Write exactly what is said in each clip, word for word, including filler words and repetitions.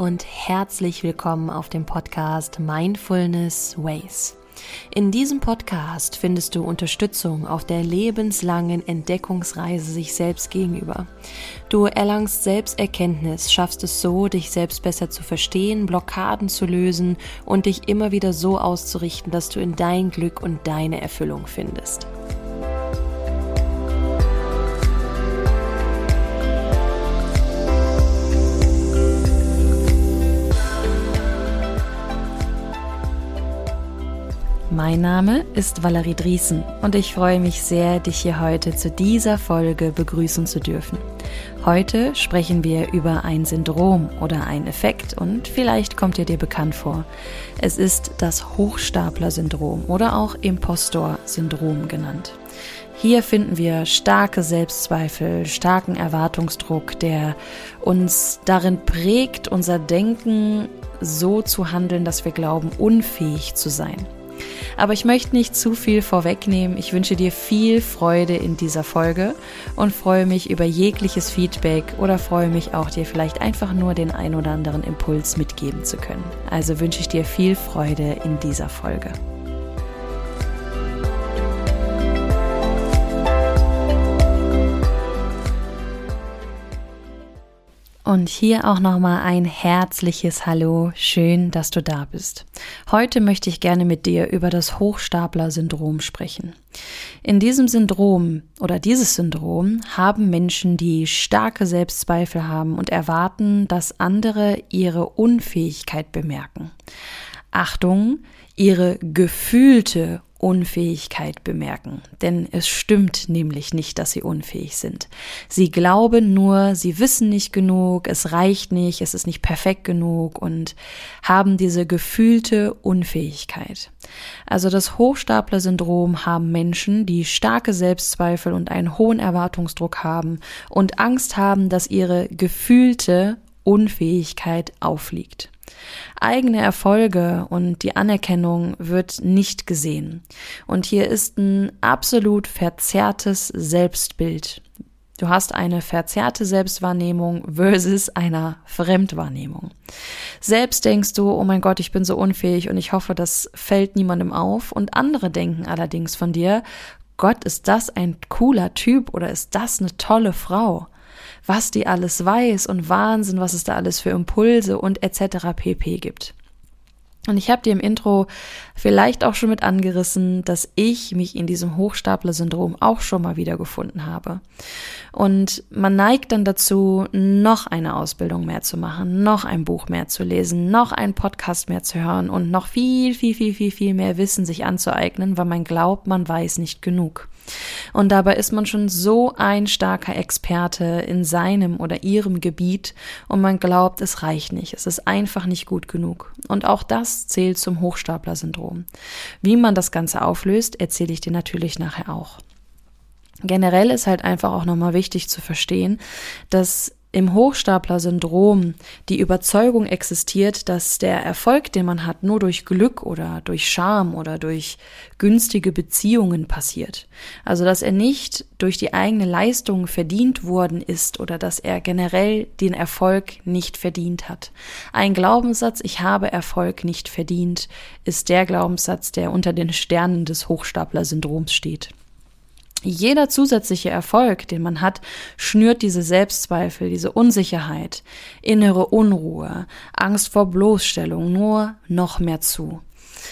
und herzlich willkommen auf dem Podcast Mindfulness Ways. In diesem Podcast findest du Unterstützung auf der lebenslangen Entdeckungsreise sich selbst gegenüber. Du erlangst Selbsterkenntnis, schaffst es so, dich selbst besser zu verstehen, Blockaden zu lösen und dich immer wieder so auszurichten, dass du in dein Glück und deine Erfüllung findest. Mein Name ist Valerie Drießen und ich freue mich sehr, dich hier heute zu dieser Folge begrüßen zu dürfen. Heute sprechen wir über ein Syndrom oder einen Effekt und vielleicht kommt er dir bekannt vor. Es ist das Hochstapler-Syndrom oder auch Impostor-Syndrom genannt. Hier finden wir starke Selbstzweifel, starken Erwartungsdruck, der uns darin prägt, unser Denken so zu handeln, dass wir glauben, unfähig zu sein. Aber ich möchte nicht zu viel vorwegnehmen. Ich wünsche dir viel Freude in dieser Folge und freue mich über jegliches Feedback oder freue mich auch, dir vielleicht einfach nur den ein oder anderen Impuls mitgeben zu können. Also wünsche ich dir viel Freude in dieser Folge. Und hier auch nochmal ein herzliches Hallo, schön, dass du da bist. Heute möchte ich gerne mit dir über das Hochstapler-Syndrom sprechen. In diesem Syndrom oder dieses Syndrom haben Menschen, die starke Selbstzweifel haben und erwarten, dass andere ihre Unfähigkeit bemerken. Achtung, ihre gefühlte Unfähigkeit bemerken, denn es stimmt nämlich nicht, dass sie unfähig sind. Sie glauben nur, sie wissen nicht genug, es reicht nicht, es ist nicht perfekt genug und haben diese gefühlte Unfähigkeit. Also das Hochstapler-Syndrom haben Menschen, die starke Selbstzweifel und einen hohen Erwartungsdruck haben und Angst haben, dass ihre gefühlte Unfähigkeit auffliegt. Eigene Erfolge und die Anerkennung wird nicht gesehen. Und hier ist ein absolut verzerrtes Selbstbild. Du hast eine verzerrte Selbstwahrnehmung versus einer Fremdwahrnehmung. Selbst denkst du, oh mein Gott, ich bin so unfähig und ich hoffe, das fällt niemandem auf. Und andere denken allerdings von dir, Gott, ist das ein cooler Typ oder ist das eine tolle Frau? Was die alles weiß und Wahnsinn, was es da alles für Impulse und et cetera pp. Gibt. Und ich habe dir im Intro vielleicht auch schon mit angerissen, dass ich mich in diesem Hochstapler-Syndrom auch schon mal wiedergefunden habe. Und man neigt dann dazu, noch eine Ausbildung mehr zu machen, noch ein Buch mehr zu lesen, noch einen Podcast mehr zu hören und noch viel, viel, viel, viel, viel mehr Wissen sich anzueignen, weil man glaubt, man weiß nicht genug. Und dabei ist man schon so ein starker Experte in seinem oder ihrem Gebiet und man glaubt, es reicht nicht, es ist einfach nicht gut genug. Und auch das zählt zum Hochstapler-Syndrom. Wie man das Ganze auflöst, erzähle ich dir natürlich nachher auch. Generell ist halt einfach auch nochmal wichtig zu verstehen, dass im Hochstapler-Syndrom die Überzeugung existiert, dass der Erfolg, den man hat, nur durch Glück oder durch Charme oder durch günstige Beziehungen passiert. Also, dass er nicht durch die eigene Leistung verdient worden ist oder dass er generell den Erfolg nicht verdient hat. Ein Glaubenssatz, ich habe Erfolg nicht verdient, ist der Glaubenssatz, der unter den Sternen des Hochstapler-Syndroms steht. Jeder zusätzliche Erfolg, den man hat, schnürt diese Selbstzweifel, diese Unsicherheit, innere Unruhe, Angst vor Bloßstellung nur noch mehr zu.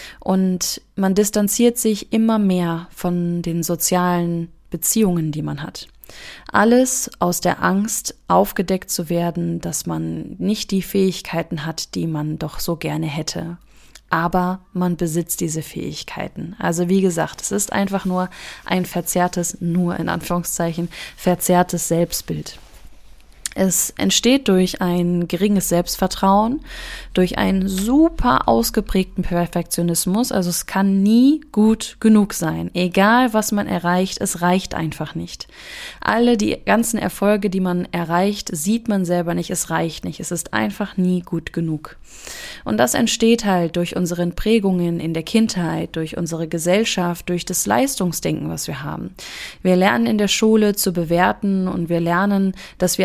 Und man distanziert sich immer mehr von den sozialen Beziehungen, die man hat. Alles aus der Angst, aufgedeckt zu werden, dass man nicht die Fähigkeiten hat, die man doch so gerne hätte. Aber man besitzt diese Fähigkeiten. Also wie gesagt, es ist einfach nur ein verzerrtes, nur in Anführungszeichen, verzerrtes Selbstbild. Es entsteht durch ein geringes Selbstvertrauen, durch einen super ausgeprägten Perfektionismus. Also es kann nie gut genug sein. Egal, was man erreicht, es reicht einfach nicht. Alle die ganzen Erfolge, die man erreicht, sieht man selber nicht. Es reicht nicht. Es ist einfach nie gut genug. Und das entsteht halt durch unsere Prägungen in der Kindheit, durch unsere Gesellschaft, durch das Leistungsdenken, was wir haben. Wir lernen in der Schule zu bewerten und wir lernen, dass wir einfach in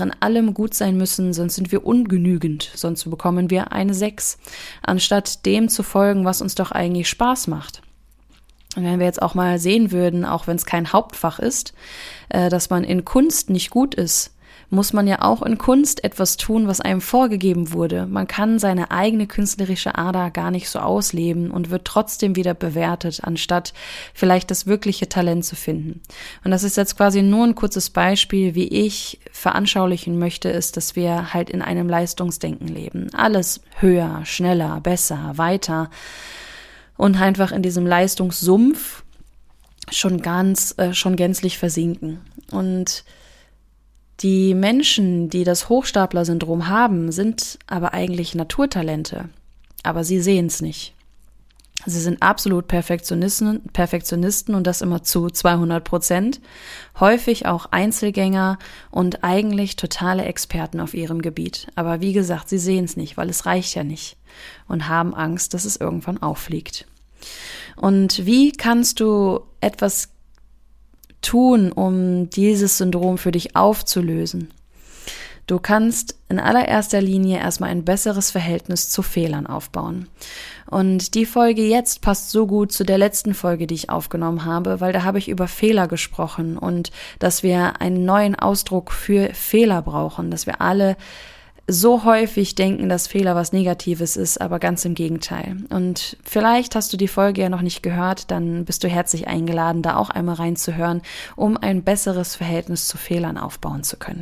an allem gut sein müssen, sonst sind wir ungenügend, sonst bekommen wir eine sechs, anstatt dem zu folgen, was uns doch eigentlich Spaß macht. Und wenn wir jetzt auch mal sehen würden, auch wenn es kein Hauptfach ist, äh, dass man in Kunst nicht gut ist, muss man ja auch in Kunst etwas tun, was einem vorgegeben wurde. Man kann seine eigene künstlerische Ader gar nicht so ausleben und wird trotzdem wieder bewertet, anstatt vielleicht das wirkliche Talent zu finden. Und das ist jetzt quasi nur ein kurzes Beispiel, wie ich veranschaulichen möchte, ist, dass wir halt in einem Leistungsdenken leben. Alles höher, schneller, besser, weiter und einfach in diesem Leistungssumpf schon ganz, äh, schon gänzlich versinken. Und die Menschen, die das Hochstapler-Syndrom haben, sind aber eigentlich Naturtalente. Aber sie sehen es nicht. Sie sind absolut Perfektionisten, Perfektionisten und das immer zu zweihundert Prozent. Häufig auch Einzelgänger und eigentlich totale Experten auf ihrem Gebiet. Aber wie gesagt, sie sehen es nicht, weil es reicht ja nicht. Und haben Angst, dass es irgendwann auffliegt. Und wie kannst du etwas tun, um dieses Syndrom für dich aufzulösen? Du kannst in allererster Linie erstmal ein besseres Verhältnis zu Fehlern aufbauen. Und die Folge jetzt passt so gut zu der letzten Folge, die ich aufgenommen habe, weil da habe ich über Fehler gesprochen und dass wir einen neuen Ausdruck für Fehler brauchen, dass wir alle so häufig denken, dass Fehler was Negatives ist, aber ganz im Gegenteil. Und vielleicht hast du die Folge ja noch nicht gehört, dann bist du herzlich eingeladen, da auch einmal reinzuhören, um ein besseres Verhältnis zu Fehlern aufbauen zu können.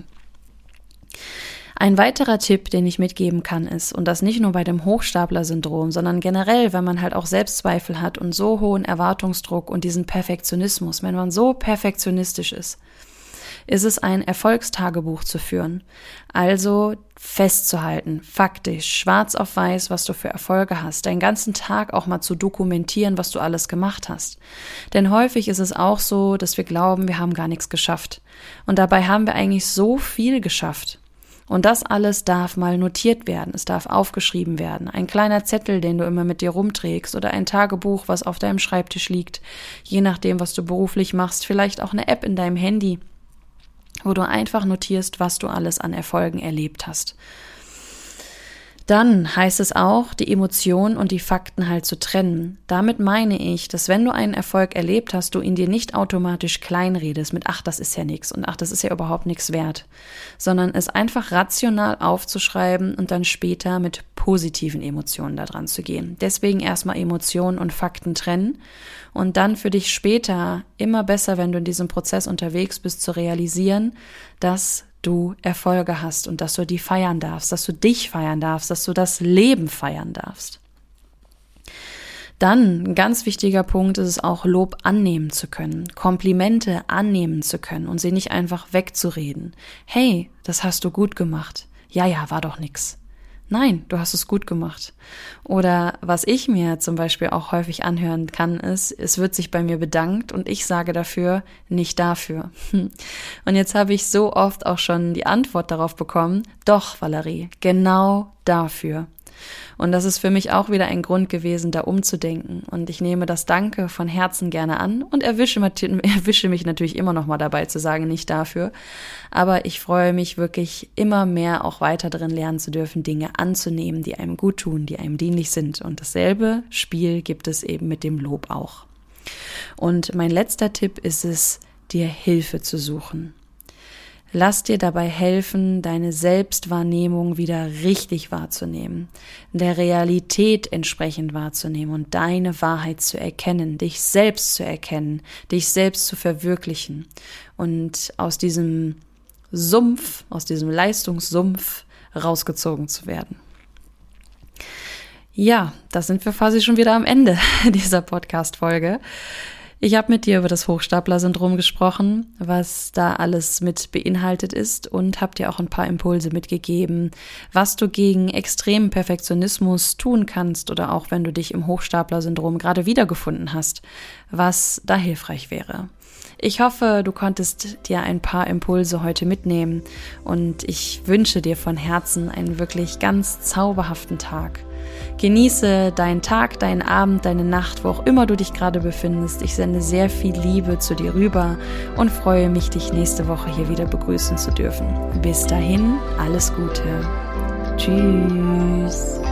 Ein weiterer Tipp, den ich mitgeben kann, ist, und das nicht nur bei dem Hochstapler-Syndrom, sondern generell, wenn man halt auch Selbstzweifel hat und so hohen Erwartungsdruck und diesen Perfektionismus, wenn man so perfektionistisch ist, ist es ein Erfolgstagebuch zu führen. Also festzuhalten, faktisch, schwarz auf weiß, was du für Erfolge hast, deinen ganzen Tag auch mal zu dokumentieren, was du alles gemacht hast. Denn häufig ist es auch so, dass wir glauben, wir haben gar nichts geschafft. Und dabei haben wir eigentlich so viel geschafft. Und das alles darf mal notiert werden, es darf aufgeschrieben werden. Ein kleiner Zettel, den du immer mit dir rumträgst oder ein Tagebuch, was auf deinem Schreibtisch liegt, je nachdem, was du beruflich machst, vielleicht auch eine App in deinem Handy, wo du einfach notierst, was du alles an Erfolgen erlebt hast. Dann heißt es auch, die Emotionen und die Fakten halt zu trennen. Damit meine ich, dass wenn du einen Erfolg erlebt hast, du ihn dir nicht automatisch kleinredest mit ach, das ist ja nichts und ach, das ist ja überhaupt nichts wert, sondern es einfach rational aufzuschreiben und dann später mit positiven Emotionen da dran zu gehen. Deswegen erstmal Emotionen und Fakten trennen und dann für dich später immer besser, wenn du in diesem Prozess unterwegs bist, zu realisieren, dass du Erfolge hast und dass du die feiern darfst, dass du dich feiern darfst, dass du das Leben feiern darfst. Dann, ein ganz wichtiger Punkt ist es auch, Lob annehmen zu können, Komplimente annehmen zu können und sie nicht einfach wegzureden. Hey, das hast du gut gemacht. Ja, ja, war doch nix. Nein, du hast es gut gemacht. Oder was ich mir zum Beispiel auch häufig anhören kann, ist, es wird sich bei mir bedankt und ich sage dafür, nicht dafür. Und jetzt habe ich so oft auch schon die Antwort darauf bekommen, doch, Valerie, genau dafür. Und das ist für mich auch wieder ein Grund gewesen, da umzudenken. Und ich nehme das Danke von Herzen gerne an und erwische, erwische mich natürlich immer noch mal dabei zu sagen, nicht dafür. Aber ich freue mich wirklich immer mehr auch weiter darin lernen zu dürfen, Dinge anzunehmen, die einem gut tun, die einem dienlich sind. Und dasselbe Spiel gibt es eben mit dem Lob auch. Und mein letzter Tipp ist es, dir Hilfe zu suchen. Lass dir dabei helfen, deine Selbstwahrnehmung wieder richtig wahrzunehmen, der Realität entsprechend wahrzunehmen und deine Wahrheit zu erkennen, dich selbst zu erkennen, dich selbst zu verwirklichen und aus diesem Sumpf, aus diesem Leistungssumpf rausgezogen zu werden. Ja, da sind wir quasi schon wieder am Ende dieser Podcast-Folge. Ich habe mit dir über das Hochstapler-Syndrom gesprochen, was da alles mit beinhaltet ist und habe dir auch ein paar Impulse mitgegeben, was du gegen extremen Perfektionismus tun kannst oder auch wenn du dich im Hochstapler-Syndrom gerade wiedergefunden hast, was da hilfreich wäre. Ich hoffe, du konntest dir ein paar Impulse heute mitnehmen und ich wünsche dir von Herzen einen wirklich ganz zauberhaften Tag. Genieße deinen Tag, deinen Abend, deine Nacht, wo auch immer du dich gerade befindest. Ich sende sehr viel Liebe zu dir rüber und freue mich, dich nächste Woche hier wieder begrüßen zu dürfen. Bis dahin, alles Gute. Tschüss.